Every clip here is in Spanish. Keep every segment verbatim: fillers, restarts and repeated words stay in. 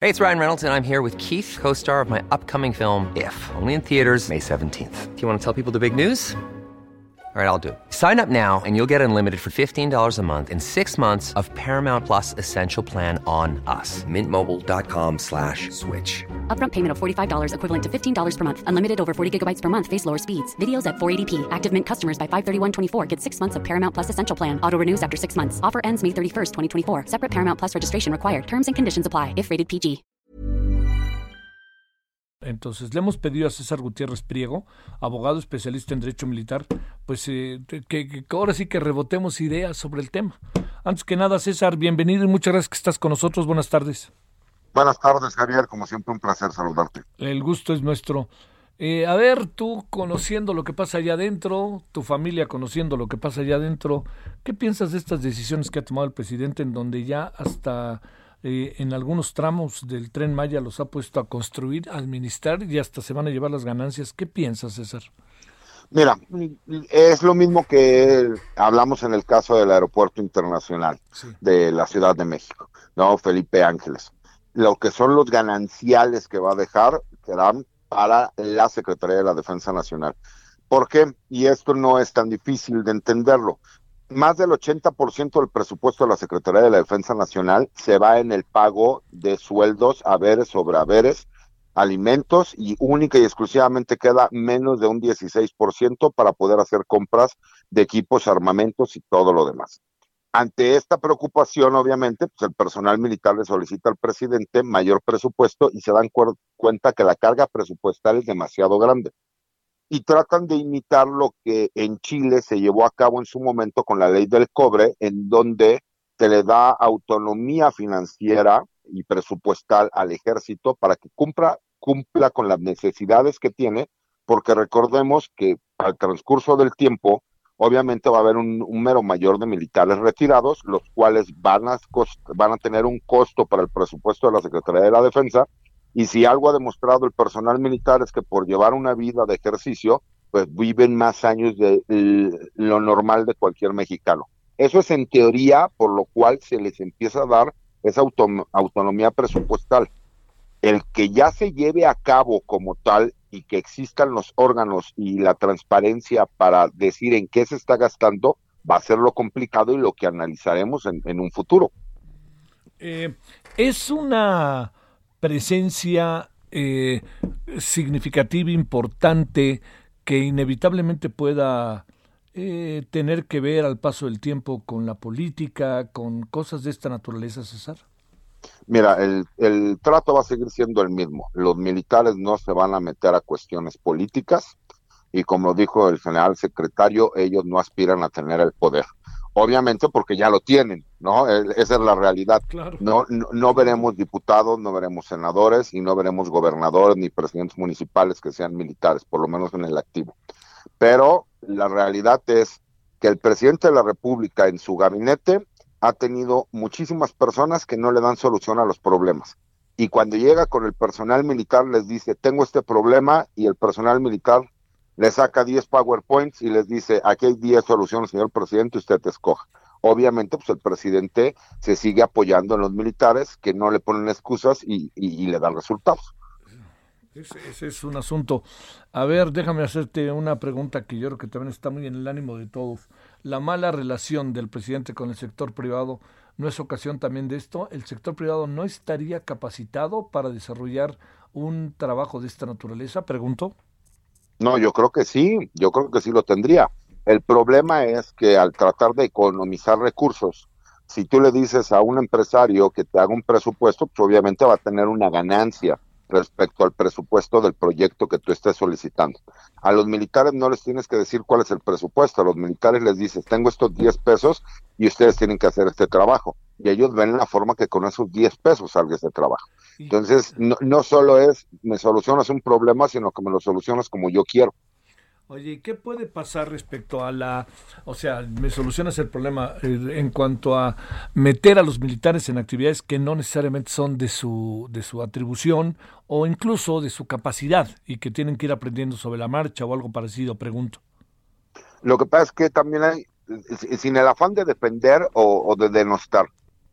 Hey, it's Ryan Reynolds, and I'm here with Keith, co-star of my upcoming film, If, only in theaters May seventeenth. Do you want to tell people the big news? All right, I'll do it. Sign up now and you'll get unlimited for fifteen dollars a month and six months of Paramount Plus Essential Plan on us. Mint Mobile dot com slash switch. Upfront payment of forty-five dollars equivalent to fifteen dollars per month. Unlimited over forty gigabytes per month. Face lower speeds. Videos at four eighty p. Active Mint customers by five thirty-one twenty-four get six months of Paramount Plus Essential Plan. Auto renews after six months. Offer ends May thirty-first, twenty twenty-four. Separate Paramount Plus registration required. Terms and conditions apply if rated P G. Entonces, le hemos pedido a César Gutiérrez Priego, abogado especialista en Derecho Militar, pues eh, que, que ahora sí que rebotemos ideas sobre el tema. Antes que nada, César, bienvenido y muchas gracias que estás con nosotros. Buenas tardes. Buenas tardes, Javier. Como siempre, un placer saludarte. El gusto es nuestro. Eh, a ver, tú conociendo lo que pasa allá adentro, tu familia conociendo lo que pasa allá adentro, ¿qué piensas de estas decisiones que ha tomado el presidente en donde ya hasta... Eh, en algunos tramos del Tren Maya los ha puesto a construir, a administrar y hasta se van a llevar las ganancias? ¿Qué piensas, César? Mira, es lo mismo que hablamos en el caso del Aeropuerto Internacional sí. de la Ciudad de México, ¿no? Felipe Ángeles. Lo que son los gananciales que va a dejar serán para la Secretaría de la Defensa Nacional. ¿Por qué? Y esto no es tan difícil de entenderlo. Más del ochenta por ciento del presupuesto de la Secretaría de la Defensa Nacional se va en el pago de sueldos, haberes sobre haberes, alimentos, y única y exclusivamente queda menos de un dieciséis por ciento para poder hacer compras de equipos, armamentos y todo lo demás. Ante esta preocupación, obviamente, pues el personal militar le solicita al presidente mayor presupuesto y se dan cu- cuenta que la carga presupuestal es demasiado grande. Y tratan de imitar lo que en Chile se llevó a cabo en su momento con la ley del cobre, en donde se le da autonomía financiera y presupuestal al ejército para que cumpla, cumpla con las necesidades que tiene, porque recordemos que al transcurso del tiempo, obviamente va a haber un número mayor de militares retirados, los cuales van a, cost- van a tener un costo para el presupuesto de la Secretaría de la Defensa. Y si algo ha demostrado el personal militar es que por llevar una vida de ejercicio, pues viven más años de, de lo normal de cualquier mexicano. Eso es en teoría, por lo cual se les empieza a dar esa autom- autonomía presupuestal. El que ya se lleve a cabo como tal y que existan los órganos y la transparencia para decir en qué se está gastando, va a ser lo complicado y lo que analizaremos en, en un futuro. Eh, es una... presencia eh, significativa, importante, que inevitablemente pueda eh, tener que ver al paso del tiempo con la política, con cosas de esta naturaleza, César? Mira, el, el trato va a seguir siendo el mismo. Los militares no se van a meter a cuestiones políticas y, como dijo el general secretario, ellos no aspiran a tener el poder. Obviamente porque ya lo tienen, ¿no? Esa es la realidad. Claro. No, no, no veremos diputados, no veremos senadores y no veremos gobernadores ni presidentes municipales que sean militares, por lo menos en el activo. Pero la realidad es que el presidente de la República en su gabinete ha tenido muchísimas personas que no le dan solución a los problemas. Y cuando llega con el personal militar les dice, tengo este problema, y el personal militar le saca diez PowerPoints y les dice, aquí hay diez soluciones, señor presidente, usted te escoja. Obviamente, pues el presidente se sigue apoyando en los militares que no le ponen excusas y, y, y le dan resultados. Ese, ese es un asunto. A ver, déjame hacerte una pregunta que yo creo que también está muy en el ánimo de todos. ¿La mala relación del presidente con el sector privado no es ocasión también de esto? ¿El sector privado no estaría capacitado para desarrollar un trabajo de esta naturaleza? Pregunto. No, yo creo que sí, yo creo que sí lo tendría. El problema es que al tratar de economizar recursos, si tú le dices a un empresario que te haga un presupuesto, pues obviamente va a tener una ganancia respecto al presupuesto del proyecto que tú estés solicitando. A los militares no les tienes que decir cuál es el presupuesto, a los militares les dices, tengo estos diez pesos y ustedes tienen que hacer este trabajo. Y ellos ven la forma que con esos diez pesos salga ese trabajo. Entonces, no, no solo es, me solucionas un problema, sino que me lo solucionas como yo quiero. Oye, ¿qué puede pasar respecto a la, o sea, me solucionas el problema eh, en cuanto a meter a los militares en actividades que no necesariamente son de su de su atribución o incluso de su capacidad y que tienen que ir aprendiendo sobre la marcha o algo parecido? Pregunto. Lo que pasa es que también hay, sin el afán de defender o, o de denostar,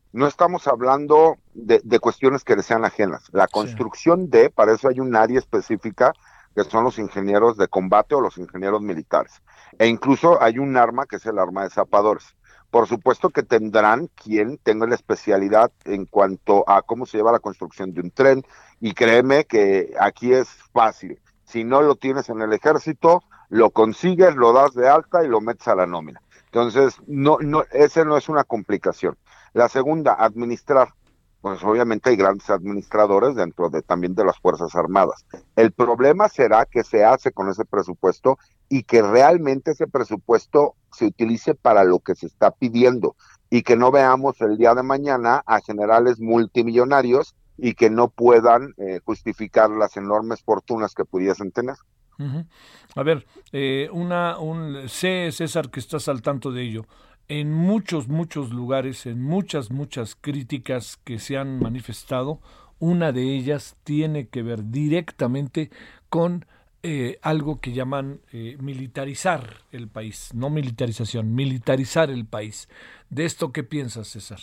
no estamos hablando de, de cuestiones que le sean ajenas. La construcción sí. de, para eso hay un área específica que son los ingenieros de combate o los ingenieros militares. E incluso hay un arma que es el arma de zapadores. Por supuesto que tendrán quien tenga la especialidad en cuanto a cómo se lleva la construcción de un tren, y créeme que aquí es fácil. Si no lo tienes en el ejército, lo consigues, lo das de alta y lo metes a la nómina. Entonces, no, no, ese no es una complicación. La segunda, administrar. Pues obviamente hay grandes administradores dentro de también de las Fuerzas Armadas. El problema será que se hace con ese presupuesto y que realmente ese presupuesto se utilice para lo que se está pidiendo y que no veamos el día de mañana a generales multimillonarios y que no puedan eh, justificar las enormes fortunas que pudiesen tener. Uh-huh. A ver, eh, una, un, sé, César, que estás al tanto de ello. En muchos, muchos lugares, en muchas, muchas críticas que se han manifestado, una de ellas tiene que ver directamente con eh, algo que llaman eh, militarizar el país, no militarización, militarizar el país. ¿De esto qué piensas, César?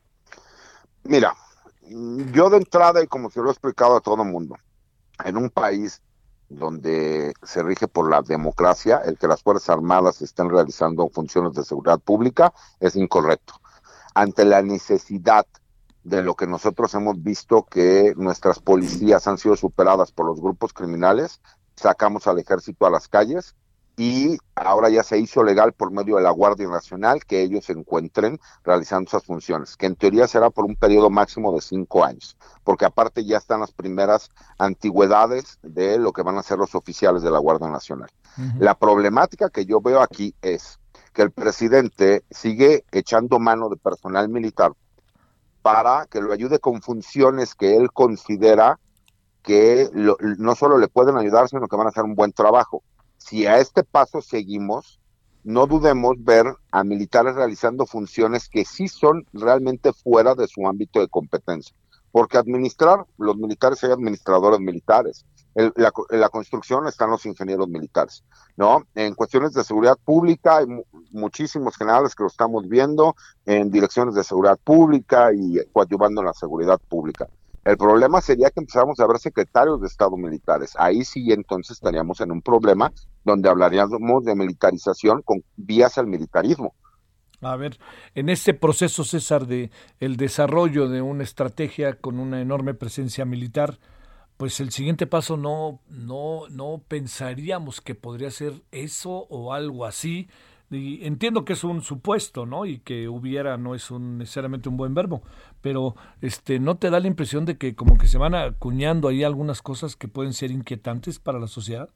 Mira, yo de entrada, y como se lo he explicado a todo el mundo, en un país donde se rige por la democracia, el que las Fuerzas Armadas estén realizando funciones de seguridad pública es incorrecto. Ante la necesidad de lo que nosotros hemos visto que nuestras policías han sido superadas por los grupos criminales, sacamos al ejército a las calles y ahora ya se hizo legal por medio de la Guardia Nacional que ellos se encuentren realizando esas funciones, que en teoría será por un periodo máximo de cinco años, porque aparte ya están las primeras antigüedades de lo que van a ser los oficiales de la Guardia Nacional. Uh-huh. La problemática que yo veo aquí es que el presidente sigue echando mano de personal militar para que lo ayude con funciones que él considera que lo, no solo le pueden ayudar, sino que van a hacer un buen trabajo. Si a este paso seguimos, no dudemos ver a militares realizando funciones que sí son realmente fuera de su ámbito de competencia. Porque administrar, los militares hay administradores militares. El, la, en la construcción están los ingenieros militares, ¿no? En cuestiones de seguridad pública hay mu- muchísimos generales que lo estamos viendo en direcciones de seguridad pública y coadyuvando en la seguridad pública. El problema sería que empezáramos a ver secretarios de Estado militares. Ahí sí entonces estaríamos en un problema donde hablaríamos de militarización con vías al militarismo. A ver, en este proceso, César, de el desarrollo de una estrategia con una enorme presencia militar, pues el siguiente paso no, no, no pensaríamos que podría ser eso o algo así. Y entiendo que es un supuesto, ¿no? Y que hubiera no es un, necesariamente un buen verbo, pero este ¿no te da la impresión de que como que se van acuñando ahí algunas cosas que pueden ser inquietantes para la sociedad?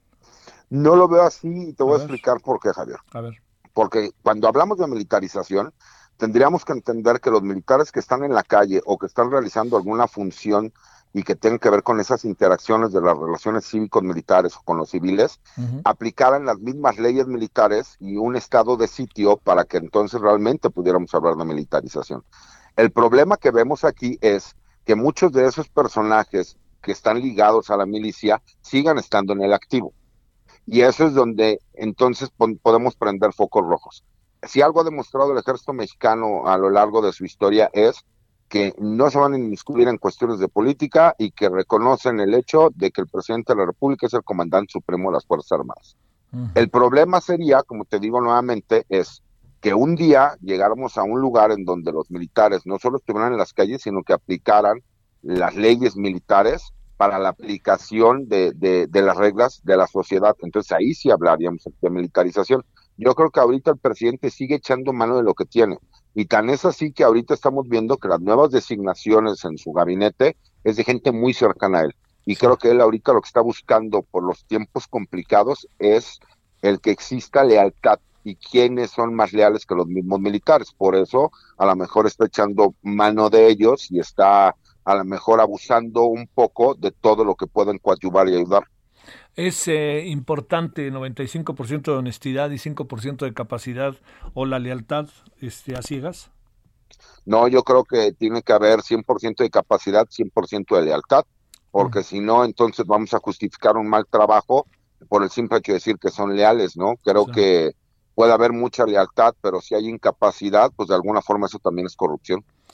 No lo veo así y te voy a, a explicar por qué, Javier. A ver. Porque cuando hablamos de militarización, tendríamos que entender que los militares que están en la calle o que están realizando alguna función y que tengan que ver con esas interacciones de las relaciones cívicos-militares o con los civiles, uh-huh. aplicaran las mismas leyes militares y un estado de sitio para que entonces realmente pudiéramos hablar de militarización. El problema que vemos aquí es que muchos de esos personajes que están ligados a la milicia sigan estando en el activo. Y eso es donde entonces pon- podemos prender focos rojos. Si algo ha demostrado el ejército mexicano a lo largo de su historia es que no se van a inmiscuir en cuestiones de política y que reconocen el hecho de que el presidente de la República es el comandante supremo de las Fuerzas Armadas. Uh-huh. El problema sería, como te digo nuevamente, es que un día llegáramos a un lugar en donde los militares no solo estuvieran en las calles, sino que aplicaran las leyes militares para la aplicación de, de, de las reglas de la sociedad. Entonces ahí sí hablaríamos de militarización. Yo creo que ahorita el presidente sigue echando mano de lo que tiene. Y tan es así que ahorita estamos viendo que las nuevas designaciones en su gabinete es de gente muy cercana a él. Y sí. creo que él ahorita lo que está buscando por los tiempos complicados es el que exista lealtad. ¿Y quiénes son más leales que los mismos militares? Por eso a lo mejor está echando mano de ellos y está a lo mejor abusando un poco de todo lo que pueden coadyuvar y ayudar. ¿Es eh, importante noventa y cinco por ciento de honestidad y cinco por ciento de capacidad o la lealtad este, a ciegas? No, yo creo que tiene que haber cien por ciento de capacidad, cien por ciento de lealtad, porque uh-huh. si no, entonces vamos a justificar un mal trabajo por el simple hecho de decir que son leales, ¿no? Creo sí. que puede haber mucha lealtad, pero si hay incapacidad, pues de alguna forma eso también es corrupción.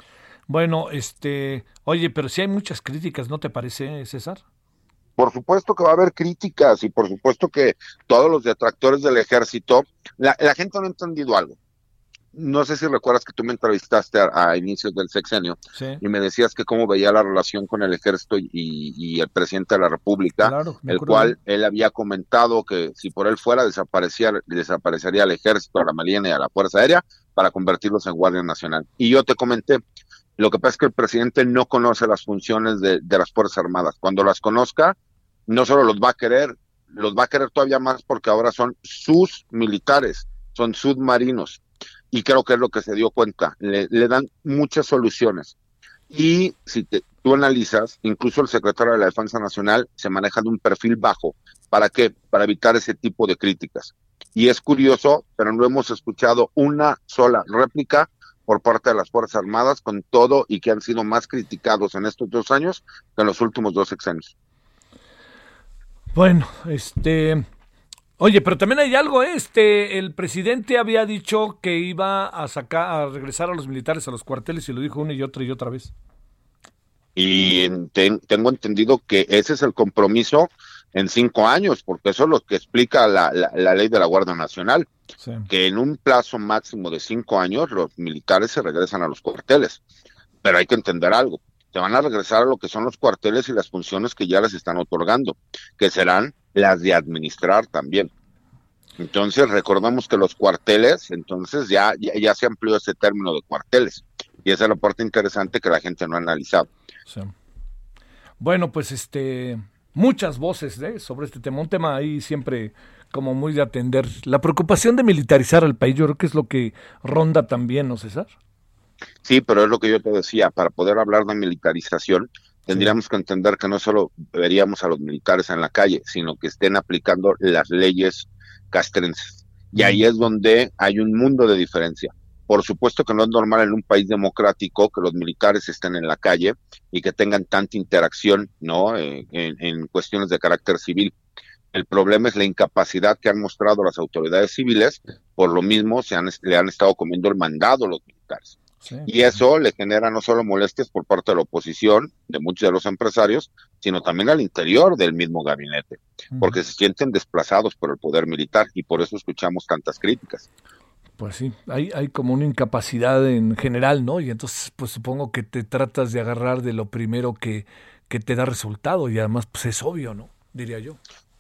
Bueno, este, oye, pero sí hay muchas críticas, ¿no te parece, César? Por supuesto que va a haber críticas y por supuesto que todos los detractores del ejército, la, la gente no ha entendido algo. No sé si recuerdas que tú me entrevistaste a, a inicios del sexenio Sí. y me decías que cómo veía la relación con el ejército y, y el presidente de la República, Claro, me el acuerdo cual bien. él había comentado que si por él fuera desaparecía, desaparecería el ejército, a la Marina y a la Fuerza Aérea para convertirlos en Guardia Nacional. Y yo te comenté, lo que pasa es que el presidente no conoce las funciones de, de las Fuerzas Armadas. Cuando las conozca, no solo los va a querer, los va a querer todavía más porque ahora son sus militares, son submarinos. Y creo que es lo que se dio cuenta, le, le dan muchas soluciones. Y si te, tú analizas, incluso el secretario de la Defensa Nacional se maneja de un perfil bajo. ¿Para qué? Para evitar ese tipo de críticas. Y es curioso, pero no hemos escuchado una sola réplica por parte de las Fuerzas Armadas con todo y que han sido más criticados en estos dos años que en los últimos dos sexenios. Bueno, este... Oye, pero también hay algo, ¿eh? este, el presidente había dicho que iba a sacar, a regresar a los militares a los cuarteles y lo dijo una y otra y otra vez. Y ten, tengo entendido que ese es el compromiso en cinco años, porque eso es lo que explica la, la, la ley de la Guardia Nacional, Sí. que en un plazo máximo de cinco años los militares se regresan a los cuarteles. Pero hay que entender algo, se van a regresar a lo que son los cuarteles y las funciones que ya les están otorgando, que serán las de administrar también. Entonces recordamos que los cuarteles, entonces ya, ya, ya se amplió ese término de cuarteles, y esa es la parte interesante que la gente no ha analizado. Sí. Bueno, pues este, muchas voces ¿eh? sobre este tema, un tema ahí siempre como muy de atender. La preocupación de militarizar al país, yo creo que es lo que ronda también, ¿no, César? Sí, pero es lo que yo te decía, para poder hablar de militarización, tendríamos sí. que entender que no solo veríamos a los militares en la calle, sino que estén aplicando las leyes castrenses. Y ahí es donde hay un mundo de diferencia. Por supuesto que no es normal en un país democrático que los militares estén en la calle y que tengan tanta interacción, ¿no? Eh, en, en cuestiones de carácter civil. El problema es la incapacidad que han mostrado las autoridades civiles, por lo mismo se han, le han estado comiendo el mandado a los militares. Sí. Y eso le genera no solo molestias por parte de la oposición, de muchos de los empresarios, sino también al interior del mismo gabinete, uh-huh. porque se sienten desplazados por el poder militar y por eso escuchamos tantas críticas. Pues sí, hay, hay como una incapacidad en general, ¿no? Y entonces pues supongo que te tratas de agarrar de lo primero que, que te da resultado y además pues es obvio, ¿no? Diría yo.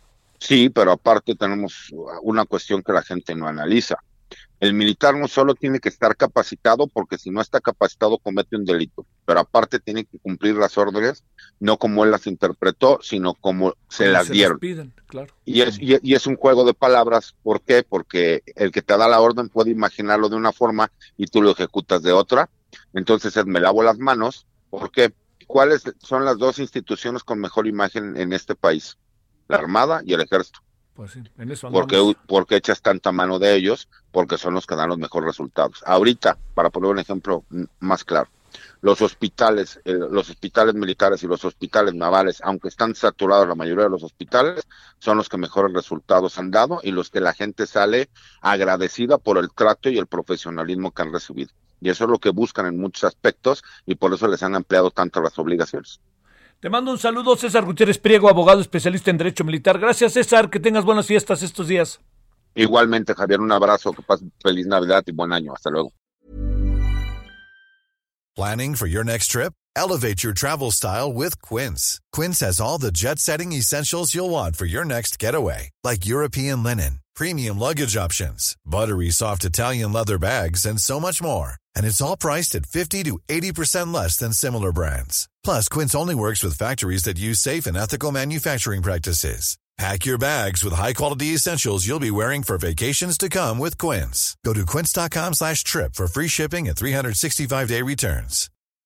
Sí, pero aparte tenemos una cuestión que la gente no analiza. El militar no solo tiene que estar capacitado, porque si no está capacitado comete un delito, pero aparte tiene que cumplir las órdenes, no como él las interpretó, sino como se como las se dieron. Piden, claro. Y es, y, y es un juego de palabras, ¿por qué? Porque el que te da la orden puede imaginarlo de una forma y tú lo ejecutas de otra, entonces es me lavo las manos, ¿por qué? ¿Cuáles son las dos instituciones con mejor imagen en este país? La Armada y el Ejército. Pues sí, en eso andamos. ¿Por qué, ¿Por qué echas tanta mano de ellos? Porque son los que dan los mejores resultados. Ahorita, para poner un ejemplo más claro, los hospitales, eh, los hospitales militares y los hospitales navales, aunque están saturados la mayoría de los hospitales, son los que mejores resultados han dado y los que la gente sale agradecida por el trato y el profesionalismo que han recibido. Y eso es lo que buscan en muchos aspectos y por eso les han ampliado tanto las obligaciones. Te mando un saludo, César Gutiérrez Priego, abogado especialista en Derecho Militar. Gracias, César, que tengas buenas fiestas estos días. Igualmente, Javier, un abrazo, que pases feliz Navidad y buen año. Hasta luego. Planning for your next trip? Elevate your travel style with Quince. Quince has all the jet-setting essentials you'll want for your next getaway, like European linen, premium luggage options, buttery soft Italian leather bags, and so much more. And it's all priced at fifty to eighty percent less than similar brands. Plus, Quince only works with factories that use safe and ethical manufacturing practices. Pack your bags with high-quality essentials you'll be wearing for vacations to come with Quince. Go to quince.com slash trip for free shipping and three sixty-five day returns.